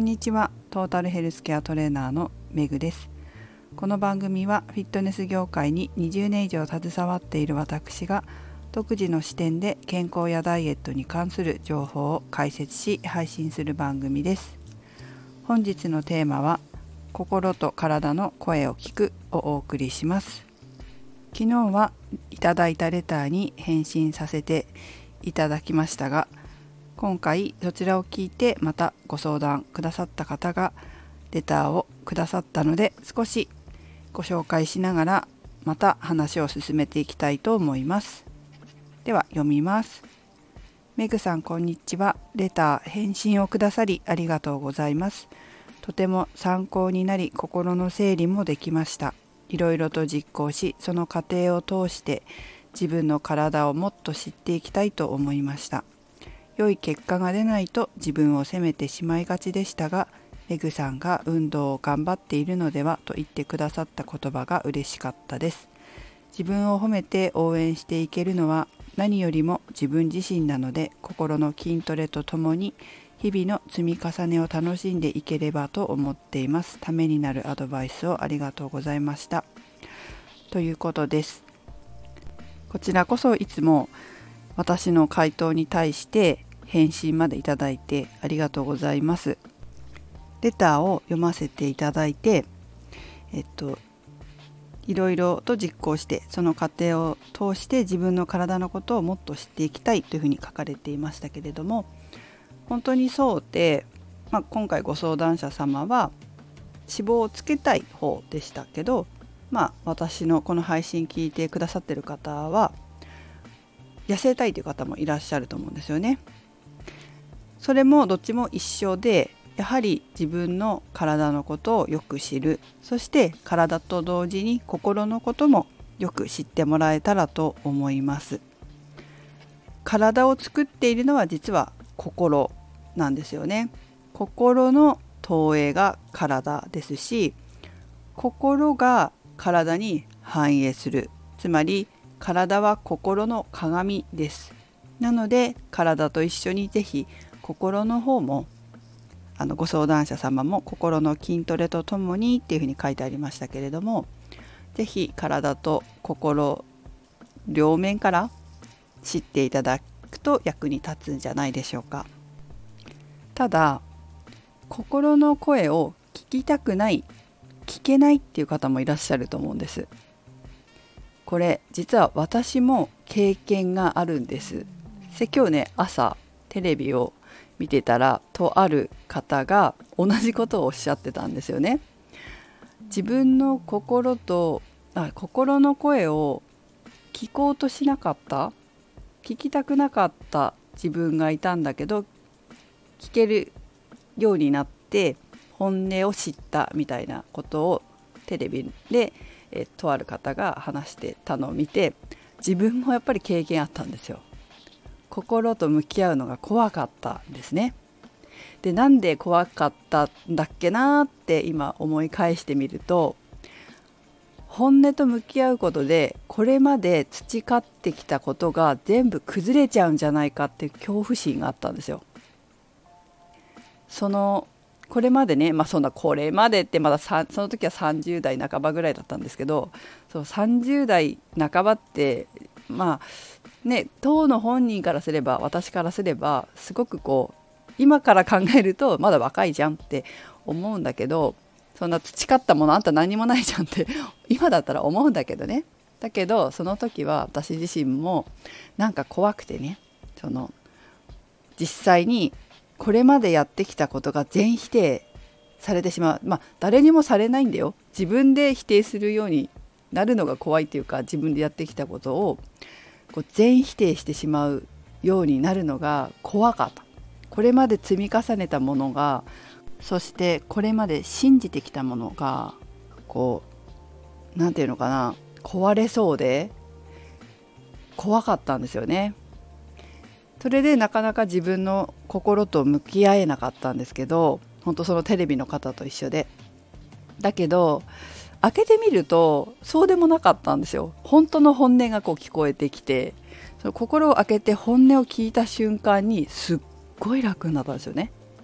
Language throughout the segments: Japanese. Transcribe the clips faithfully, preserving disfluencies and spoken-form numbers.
んにちは。トータルヘルスケアトレーナーのメグです。この番組はフィットネス業界ににじゅうねん以上携わっている私が独自の視点で健康やダイエットに関する情報を解説し配信する番組です。本日のテーマは心と体の声を聞くをお送りします。昨日はいただいたレターに返信させていただきましたが、今回そちらを聞いてまたご相談くださった方がレターをくださったので、少しご紹介しながらまた話を進めていきたいと思います。では読みます。メグさん、こんにちは。レター返信をくださりありがとうございます。とても参考になり、心の整理もできました。いろいろと実行し、その過程を通して自分の体をもっと知っていきたいと思いました。良い結果が出ないと自分を責めてしまいがちでしたが、メグさんが運動を頑張っているのではと言ってくださった言葉が嬉しかったです。自分を褒めて応援していけるのは何よりも自分自身なので、心の筋トレとともに日々の積み重ねを楽しんでいければと思っています。ためになるアドバイスをありがとうございました。ということです。こちらこそいつも私の回答に対して返信までいただいてありがとうございます。レターを読ませていただいて、えっといろいろと実行して、その過程を通して自分の体のことをもっと知っていきたいというふうに書かれていましたけれども、本当にそうで、まあ、今回ご相談者様は脂肪をつけたい方でしたけど、まあ、私のこの配信聞いてくださっている方は痩せたいという方もいらっしゃると思うんですよね。それもどっちも一緒で、やはり自分の体のことをよく知る、そして体と同時に心のこともよく知ってもらえたらと思います。体を作っているのは実は心なんですよね。心の投影が体ですし、心が体に反映する、つまり体は心の鏡です。なので体と一緒にぜひ心の方も、あのご相談者様も心の筋トレとともにっていうふうに書いてありましたけれども、ぜひ体と心両面から知っていただくと役に立つんじゃないでしょうか。ただ心の声を聞きたくない、聞けないっていう方もいらっしゃると思うんです。これ実は私も経験があるんです。で今日ね、朝テレビを見てたら、とある方が同じことをおっしゃってたんですよね。自分の心とあ心の声を聞こうとしなかった、聞きたくなかった自分がいたんだけど、聞けるようになって本音を知ったみたいなことをテレビでえとある方が話してたのを見て、自分もやっぱり経験あったんですよ。心と向き合うのが怖かったんですね。で、なんで怖かったんだっけなって今思い返してみると、本音と向き合うことでこれまで培ってきたことが全部崩れちゃうんじゃないかっていう恐怖心があったんですよ。そのこれまでね、まあそんなこれまでってまだその時はさんじゅう代半ばぐらいだったんですけど、そうさんじゅう代半ばってまあね、当の本人からすれば、私からすればすごくこう今から考えるとまだ若いじゃんって思うんだけど、そんな培ったものあんた何もないじゃんって今だったら思うんだけどね。だけどその時は私自身もなんか怖くてね、その実際にこれまでやってきたことが全否定されてしまう。まあ誰にもされないんだよ。自分で否定するようになるのが怖いっていうか、自分でやってきたことをこう全否定してしまうようになるのが怖かった。これまで積み重ねたものが、そしてこれまで信じてきたものがこうなんていうのかな、壊れそうで怖かったんですよね。それでなかなか自分の心と向き合えなかったんですけど、本当そのテレビの方と一緒で、だけど開けてみるとそうでもなかったんですよ。本当の本音がこう聞こえてきて、その心を開けて本音を聞いた瞬間にすっごい楽になったんですよね。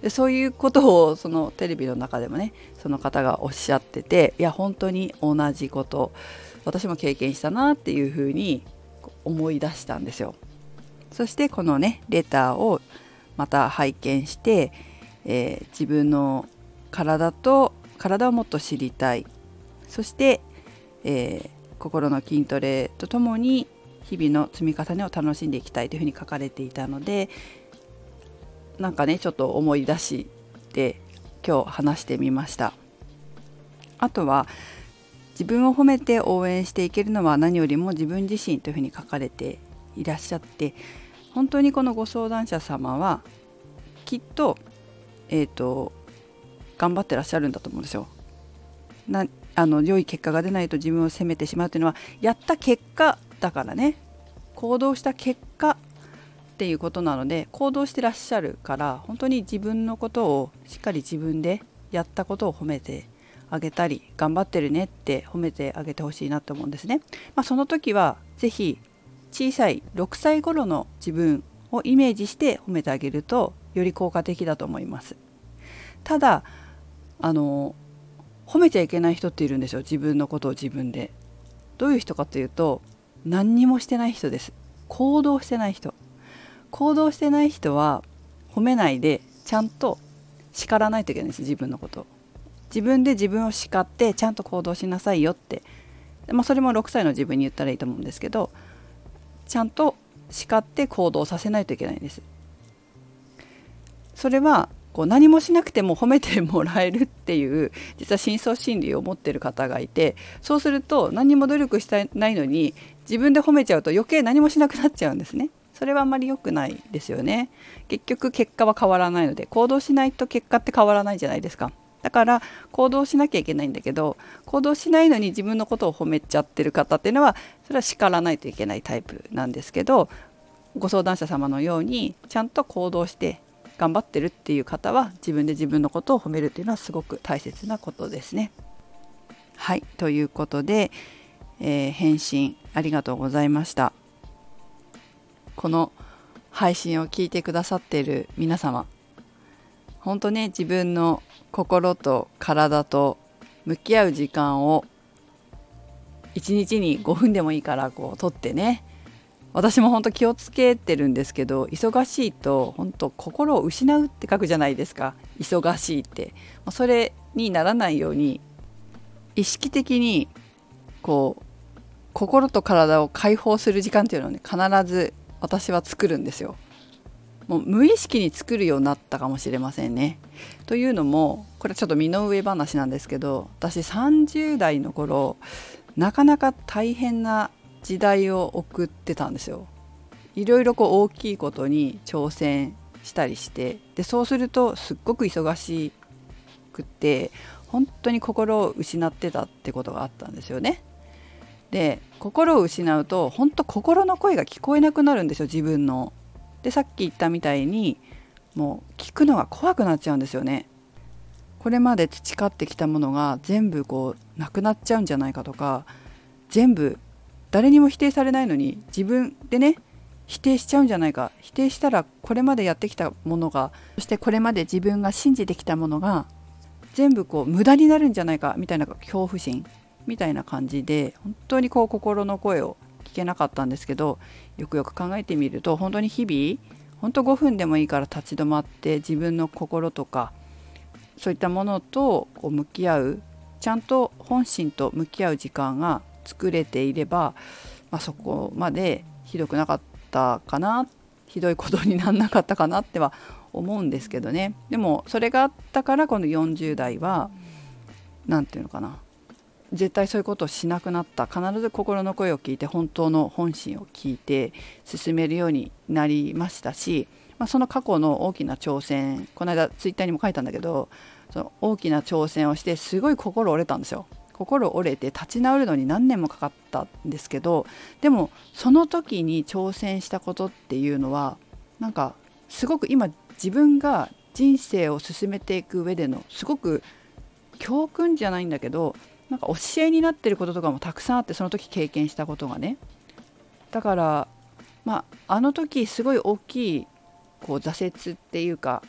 でそういうことをそのテレビの中でもねその方がおっしゃってて、いや本当に同じこと私も経験したなっていうふうに思い出したんですよ。そしてこのねレターをまた拝見して、えー、自分の体と体をもっと知りたい、そして、えー、心の筋トレとともに日々の積み重ねを楽しんでいきたいというふうに書かれていたので、なんかねちょっと思い出して今日話してみました。あとは自分を褒めて応援していけるのは何よりも自分自身というふうに書かれていらっしゃって、本当にこのご相談者様はきっと、えーと、頑張ってらっしゃるんだと思うんですよ。なあの良い結果が出ないと自分を責めてしまうというのはやった結果だからね、行動した結果っていうことなので、行動してらっしゃるから本当に自分のことをしっかり自分でやったことを褒めてあげたり、頑張ってるねって褒めてあげてほしいなと思うんですね。まあ、その時はぜひ小さいろくさい頃の自分をイメージして褒めてあげるとより効果的だと思います。ただあの褒めちゃいけない人っているんですよ、自分のことを自分で。どういう人かというと、何にもしてない人です。行動してない人行動してない人は褒めないでちゃんと叱らないといけないんです。自分のこと自分で自分を叱ってちゃんと行動しなさいよって、まあ、それもろくさいの自分に言ったらいいと思うんですけど、ちゃんと叱って行動させないといけないんです。それはこう何もしなくても褒めてもらえるっていう実は深層心理を持っている方がいて、そうすると何も努力してないのに自分で褒めちゃうと余計何もしなくなっちゃうんですね。それはあんまり良くないですよね。結局結果は変わらないので、行動しないと結果って変わらないじゃないですか。だから行動しなきゃいけないんだけど、行動しないのに自分のことを褒めちゃってる方っていうのはそれは叱らないといけないタイプなんですけど、ご相談者様のようにちゃんと行動して頑張ってるっていう方は自分で自分のことを褒めるっていうのはすごく大切なことですね。はい、ということで、えー、返信ありがとうございました。この配信を聞いてくださっている皆様、本当ね自分の心と体と向き合う時間をいちにちにごふんでもいいからこう取ってね、私も本当気をつけてるんですけど、忙しいと本当心を失うって書くじゃないですか。忙しいってそれにならないように意識的にこう心と体を解放する時間っていうのをね必ず私は作るんですよ。もう無意識に作るようになったかもしれませんね。というのもこれちょっと身の上話なんですけど、私さんじゅう代の頃なかなか大変な時代を送ってたんですよ。いろいろこう大きいことに挑戦したりして、でそうするとすっごく忙しくって本当に心を失ってたってことがあったんですよね。で心を失うと本当心の声が聞こえなくなるんですよ、自分の。でさっき言ったみたいにもう聞くのが怖くなっちゃうんですよね。これまで培ってきたものが全部こうなくなっちゃうんじゃないかとか、全部誰にも否定されないのに自分でね否定しちゃうんじゃないか、否定したらこれまでやってきたものが、そしてこれまで自分が信じてきたものが全部こう無駄になるんじゃないかみたいな恐怖心みたいな感じで、本当にこう心の声を聞けなかったんですけど、よくよく考えてみると本当に日々本当ごふんでもいいから立ち止まって自分の心とかそういったものとこう向き合う、ちゃんと本心と向き合う時間が作れていれば、まあ、そこまでひどくなかったかな、ひどいことにならなかったかなっては思うんですけどね。でもそれがあったからこのよんじゅう代はなんていうのかな、絶対そういうことをしなくなった。必ず心の声を聞いて本当の本心を聞いて進めるようになりましたし、まあ、その過去の大きな挑戦、この間ツイッターにも書いたんだけど、その大きな挑戦をしてすごい心折れたんですよ。心折れて立ち直るのに何年もかかったんですけど、でもその時に挑戦したことっていうのはなんかすごく今自分が人生を進めていく上でのすごく教訓じゃないんだけど、なんか教えになってることとかもたくさんあって、その時経験したことがね。だからまああの時すごい大きいこう挫折っていうか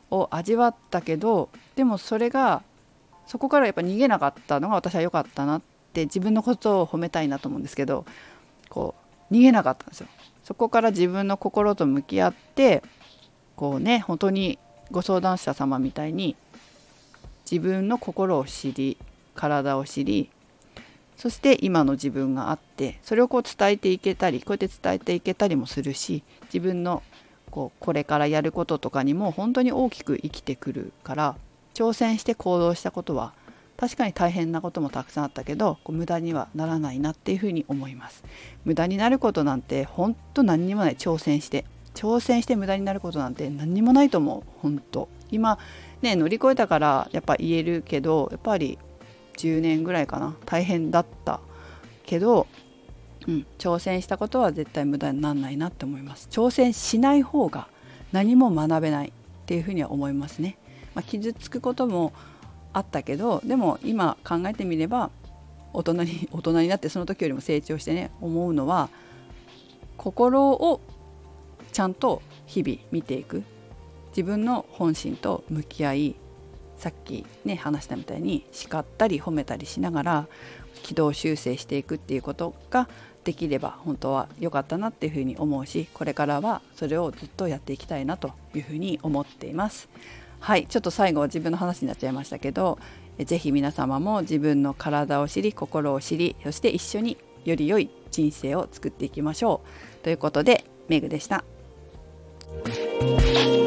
を味わったけど、でもそれがそこからやっぱ逃げなかったのが私は良かったなって、自分のことを褒めたいなと思うんですけど、こう逃げなかったんですよ。そこから自分の心と向き合って、こうね、本当にご相談者様みたいに自分の心を知り、体を知り、そして今の自分があって、それをこう伝えていけたり、こうやって伝えていけたりもするし、自分のこうこれからやることとかにも本当に大きく生きてくるから、挑戦して行動したことは確かに大変なこともたくさんあったけど、こう無駄にはならないなっていうふうに思います。無駄になることなんて本当何にもない。挑戦して挑戦して無駄になることなんて何にもないと思う。本当今ね、乗り越えたからやっぱ言えるけど、やっぱりじゅうねんぐらいかな、大変だったけど、うん、挑戦したことは絶対無駄にならないなって思います。挑戦しない方が何も学べないっていうふうには思いますね。まあ、傷つくこともあったけど、でも今考えてみれば大人に大人になってその時よりも成長してね、思うのは、心をちゃんと日々見ていく、自分の本心と向き合い、さっきね話したみたいに叱ったり褒めたりしながら軌道修正していくっていうことができれば本当は良かったなっていうふうに思うし、これからはそれをずっとやっていきたいなというふうに思っています。はい、ちょっと最後は自分の話になっちゃいましたけど、ぜひ皆様も自分の体を知り、心を知り、そして一緒により良い人生を作っていきましょうということで、メグでした。